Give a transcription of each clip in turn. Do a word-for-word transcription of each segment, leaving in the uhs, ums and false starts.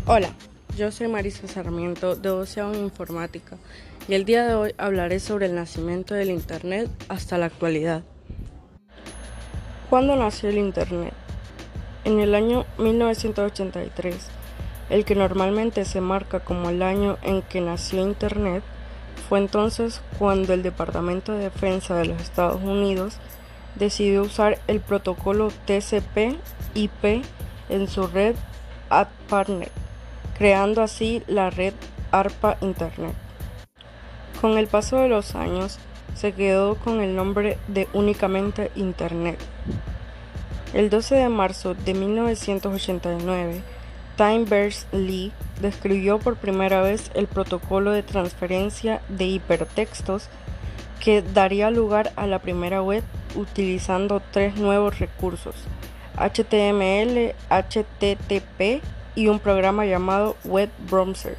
Hola, yo soy Marisa Sarmiento de Ocean Informática y el día de hoy hablaré sobre el nacimiento del Internet hasta la actualidad. ¿Cuándo nació el Internet? En el año mil novecientos ochenta y tres, el que normalmente se marca como el año en que nació Internet, fue entonces cuando el Departamento de Defensa de los Estados Unidos decidió usar el protocolo T C P I P en su red ARPANET, creando así la red ARPA Internet. Con el paso de los años, se quedó con el nombre de únicamente Internet. El doce de marzo de mil novecientos ochenta y nueve, Tim Berners-Lee describió por primera vez el protocolo de transferencia de hipertextos que daría lugar a la primera web utilizando tres nuevos recursos: H T M L, H T T P y un programa llamado Web Browser.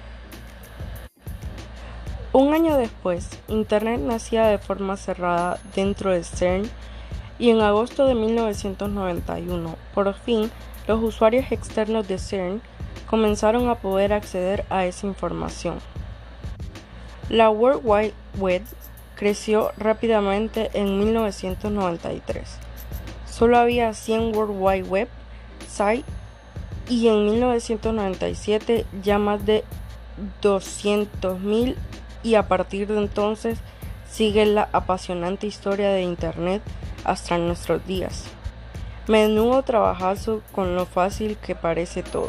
Un año después, Internet nacía de forma cerrada dentro de CERN y en agosto de mil novecientos noventa y uno, por fin, los usuarios externos de CERN comenzaron a poder acceder a esa información. La World Wide Web creció rápidamente en mil novecientos noventa y tres. Solo había cien World Wide Web sites y en mil novecientos noventa y siete ya más de doscientos mil, y a partir de entonces sigue la apasionante historia de Internet hasta nuestros días. Menudo trabajazo con lo fácil que parece todo.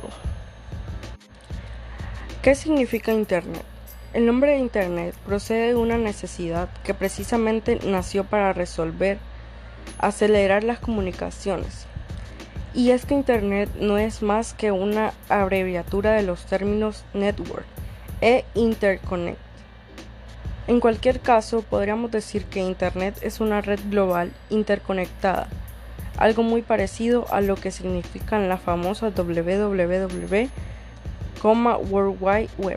¿Qué significa Internet? El nombre de Internet procede de una necesidad que precisamente nació para resolver, acelerar las comunicaciones. Y es que Internet no es más que una abreviatura de los términos network e interconnect. En cualquier caso, podríamos decir que Internet es una red global interconectada, algo muy parecido a lo que significan las famosas doble u doble u doble u, World Wide Web.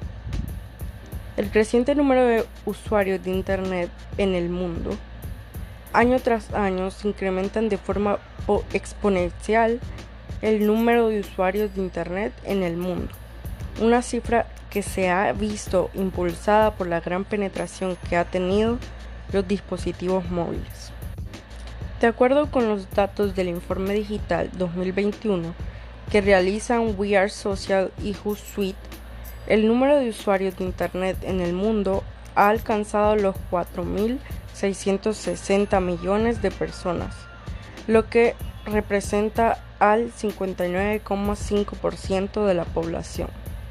El creciente número de usuarios de Internet en el mundo, año tras año, se incrementan de forma exponencial el número de usuarios de Internet en el mundo, una cifra que se ha visto impulsada por la gran penetración que ha tenido los dispositivos móviles. De acuerdo con los datos del Informe Digital dos mil veintiuno que realizan We Are Social y Hootsuite, el número de usuarios de Internet en el mundo ha alcanzado los cuatro mil seiscientos sesenta millones de personas, lo que representa al cincuenta y nueve coma cinco por ciento de la población.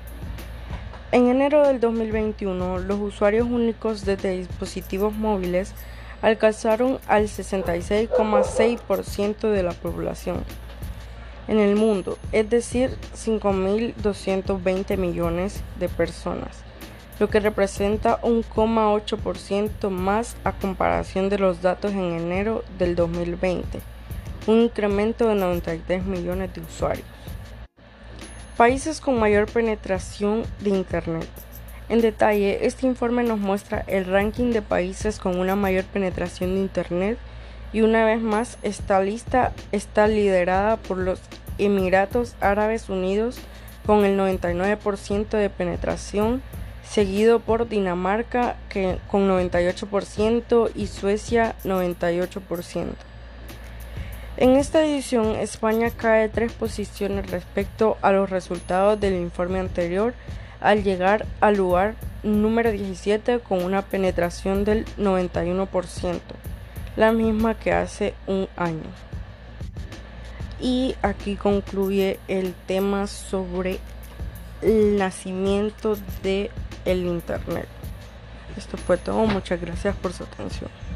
En enero del dos mil veintiuno, los usuarios únicos desde dispositivos móviles alcanzaron al sesenta y seis coma seis por ciento de la población en el mundo, es decir, cinco mil doscientos veinte millones de personas, lo que representa un cero coma ocho por ciento más a comparación de los datos en enero del dos mil veinte, un incremento de noventa y tres millones de usuarios. Países con mayor penetración de Internet. En detalle, este informe nos muestra el ranking de países con una mayor penetración de Internet y una vez más esta lista está liderada por los Emiratos Árabes Unidos con el noventa y nueve por ciento de penetración, seguido por Dinamarca que, con noventa y ocho por ciento y Suecia noventa y ocho por ciento. En esta edición, España cae tres posiciones respecto a los resultados del informe anterior al llegar al lugar número diecisiete con una penetración del noventa y uno por ciento, la misma que hace un año. Y aquí concluye el tema sobre el nacimiento del Internet. Esto fue todo, muchas gracias por su atención.